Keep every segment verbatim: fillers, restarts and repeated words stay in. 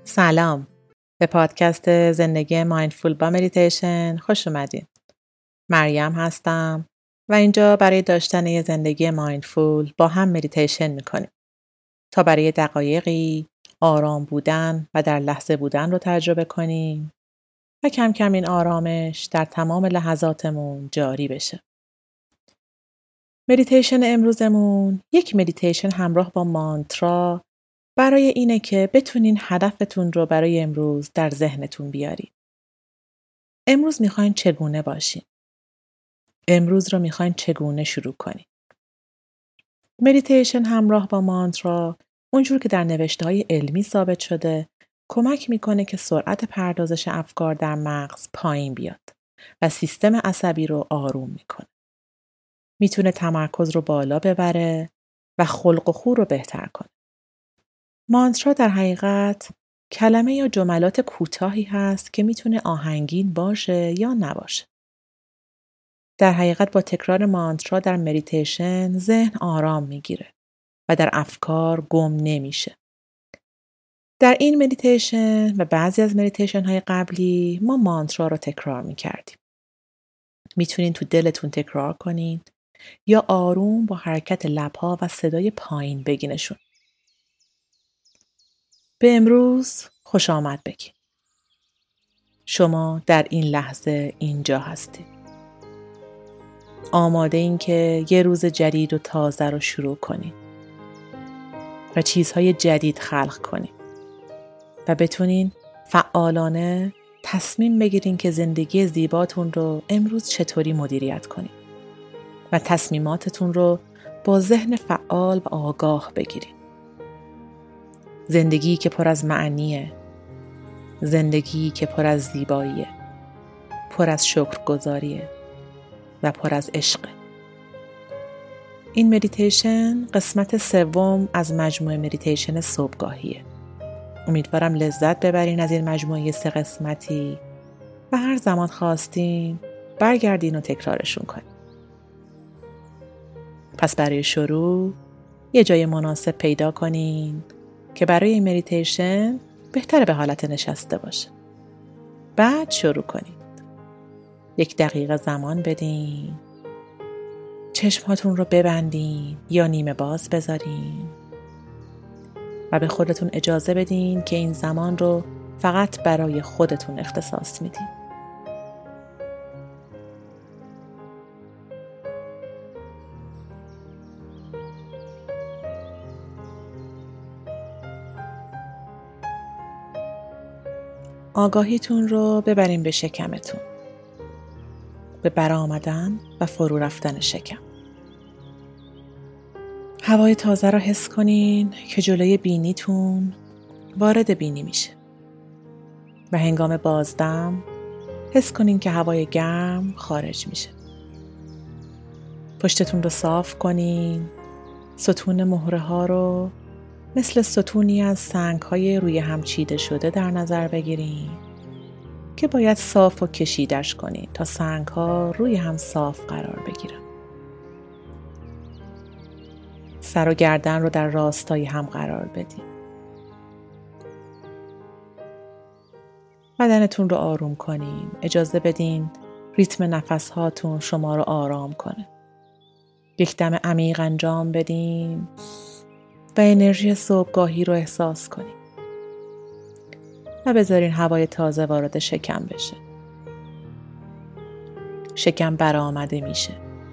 سلام، به پادکست زندگی مایندفول با مدیتیشن خوش اومدین. مریم هستم و اینجا برای داشتن یه زندگی مایندفول با هم مدیتیشن میکنیم تا برای دقایقی آرام بودن و در لحظه بودن رو تجربه کنیم و کم کم این آرامش در تمام لحظاتمون جاری بشه. مدیتیشن امروزمون یک مدیتیشن همراه با مانترا برای اینه که بتونین هدفتون رو برای امروز در ذهنتون بیارین. امروز میخواین چگونه باشین؟ امروز رو میخواین چگونه شروع کنین؟ مدیتیشن همراه با مانترا اونجور که در نوشته‌های علمی ثابت شده کمک میکنه که سرعت پردازش افکار در مغز پایین بیاد و سیستم عصبی رو آروم میکنه. میتونه تمرکز رو بالا ببره و خلق و خو رو بهتر کنه. مانترا در حقیقت کلمه یا جملات کوتاهی هست که میتونه آهنگین باشه یا نباشه. در حقیقت با تکرار مانترا در مدیتیشن ذهن آرام میگیره و در افکار گم نمیشه. در این مدیتیشن و بعضی از مدیتیشن های قبلی ما مانترا رو تکرار میکردیم. میتونین تو دلتون تکرار کنین یا آروم با حرکت لبها و صدای پایین بگینشون. به امروز خوش آمد بگین. شما در این لحظه اینجا هستید. آماده این که یه روز جدید و تازه رو شروع کنید و چیزهای جدید خلق کنید و بتونین فعالانه تصمیم بگیرین که زندگی زیباتون رو امروز چطوری مدیریت کنید و تصمیماتتون رو با ذهن فعال و آگاه بگیرین. زندگی که پر از معنیه، زندگی که پر از زیباییه، پر از شکرگزاریه و پر از عشقه. این مدیتیشن قسمت سوم از مجموعه مدیتیشن صبحگاهیه. امیدوارم لذت ببرین از این مجموعه سه قسمتی و هر زمان خواستین برگردین و تکرارشون کنین. پس برای شروع یه جای مناسب پیدا کنین که برای این مدیتیشن بهتره به حالت نشسته باشه. بعد شروع کنید. یک دقیقه زمان بدین. چشماتون رو ببندین یا نیمه باز بذارین و به خودتون اجازه بدین که این زمان رو فقط برای خودتون اختصاص میدین. آگاهیتون رو ببرین به شکمتون، به برآمدن و فرو رفتن شکم. هوای تازه را حس کنین که جلوی بینیتون وارد بینی میشه و هنگام بازدم حس کنین که هوای گرم خارج میشه. پشتتون رو صاف کنین. ستون مهره ها رو مثل ستونی از سنگ های روی هم چیده شده در نظر بگیرین که باید صاف و کشیدش کنین تا سنگ ها روی هم صاف قرار بگیرن. سر و گردن رو در راستای هم قرار بدین. بدنتون رو آروم کنین. اجازه بدین ریتم نفس هاتون شما رو آرام کنه. یک دم عمیق انجام بدین و انرژی صبحگاهی رو احساس کنین و بذارین هوای تازه وارد شکم بشه. شکم برآمده میشه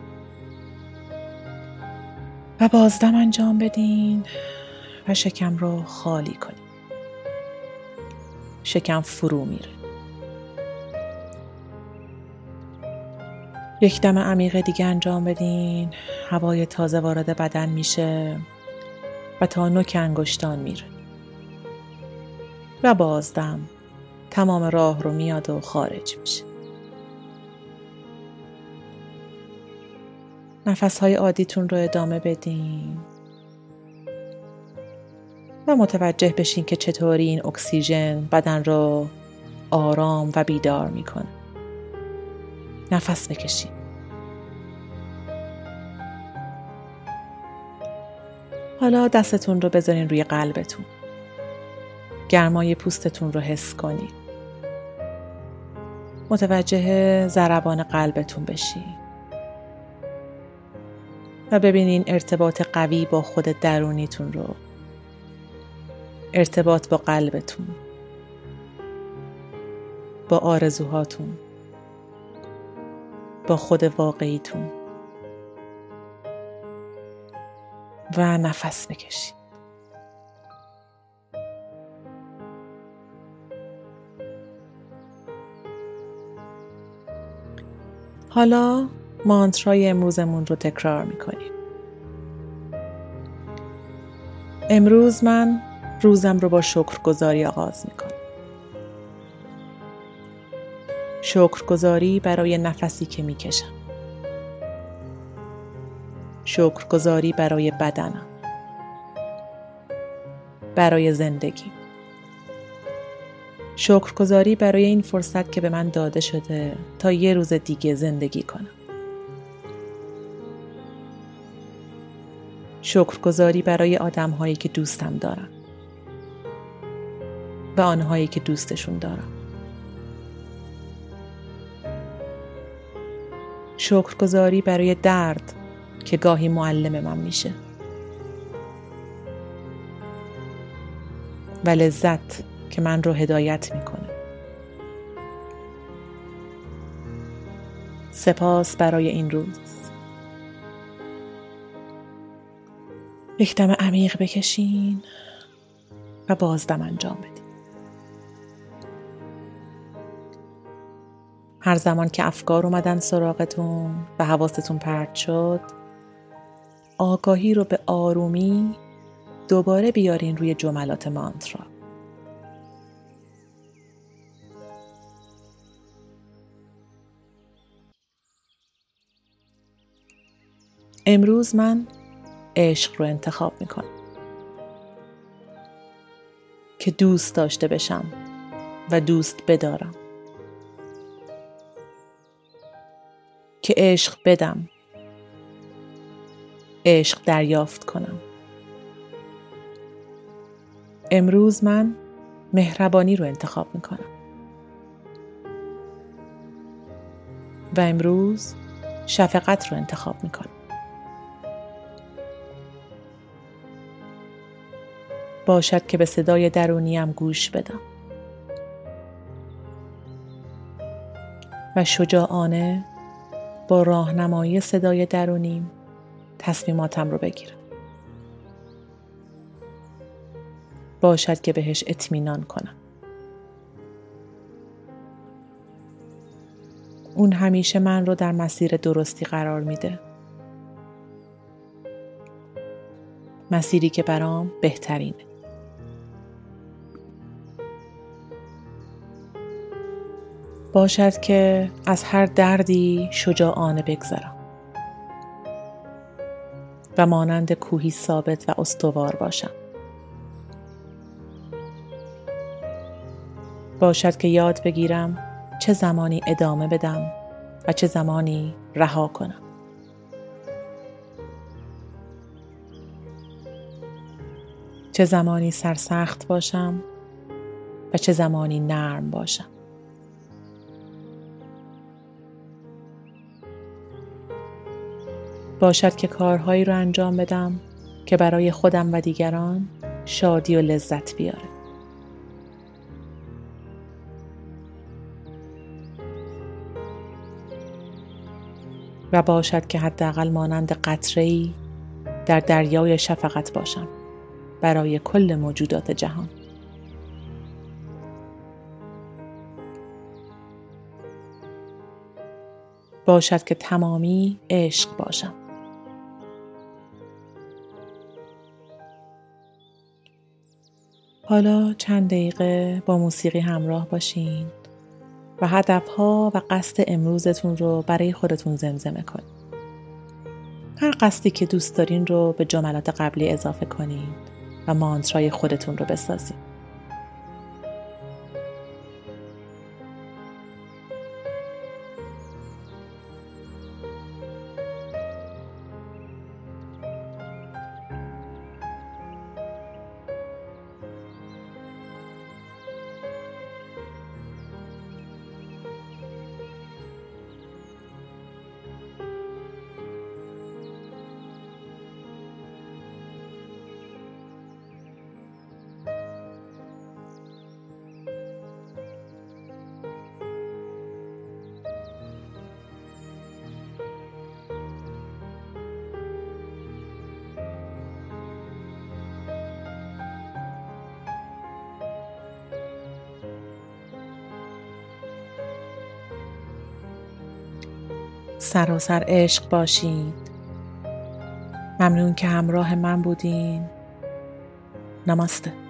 و بازدم انجام بدین و شکم رو خالی کنین. شکم فرو میره. یک دم عمیق دیگه انجام بدین. هوای تازه وارد بدن میشه و تا نوک انگشتان میره و بازدم تمام راه رو میاد و خارج میشه. نفس‌های عادیتون رو ادامه بدین و متوجه بشین که چطوری این اکسیژن بدن رو آرام و بیدار میکنه. نفس بکشین. حالا دستتون رو بذارین روی قلبتون. گرمای پوستتون رو حس کنید. متوجه ضربان قلبتون بشید و ببینین ارتباط قوی با خود درونیتون رو، ارتباط با قلبتون، با آرزوهاتون، با خود واقعیتون. و نفس بکشید. حالا مانترای امروزمون رو تکرار میکنیم. امروز من روزم رو با شکرگزاری آغاز میکنم. شکرگزاری برای نفسی که میکشم. شکرگزاری برای بدنم. برای زندگی. شکرگزاری برای این فرصت که به من داده شده تا یه روز دیگه زندگی کنم. شکرگزاری برای آدم‌هایی که دوستم دارم و آنهایی که دوستشون دارم. شکرگزاری برای درد که گاهی معلم من میشه و لذت که من رو هدایت میکنه. سپاس برای این روز. یک دم عمیق بکشین و بازدم انجام بدین. هر زمان که افکار اومدن سراغتون و حواستون پرت شد، آگاهی رو به آرومی دوباره بیارین روی جملات مانترا. امروز من عشق رو انتخاب میکنم که دوست داشته بشم و دوست بدارم، که عشق بدم، عشق دریافت کنم. امروز من مهربانی رو انتخاب میکنم و امروز شفقت رو انتخاب میکنم. باشد که به صدای درونیم گوش بدم و شجاعانه با راهنمایی صدای درونیم تصمیماتم رو بگیرم. باشد که بهش اطمینان کنم. اون همیشه من رو در مسیر درستی قرار میده. مسیری که برام بهترینه. باشد که از هر دردی شجاعانه بگذرم و مانند کوهی ثابت و استوار باشم. باشد که یاد بگیرم چه زمانی ادامه بدم و چه زمانی رها کنم. چه زمانی سرسخت باشم و چه زمانی نرم باشم. باشد که کارهایی رو انجام بدم که برای خودم و دیگران شادی و لذت بیاره. و باشد که حداقل مانند قطره‌ای در دریای شفقت باشم برای کل موجودات جهان. باشد که تمامی عشق باشم. حالا چند دقیقه با موسیقی همراه باشین و هدفها و قصد امروزتون رو برای خودتون زمزمه کنید. هر قصدی که دوست دارین رو به جملات قبلی اضافه کنید و مانترای خودتون رو بسازید. سراسر عشق باشید. ممنون که همراه من بودین. نماسته.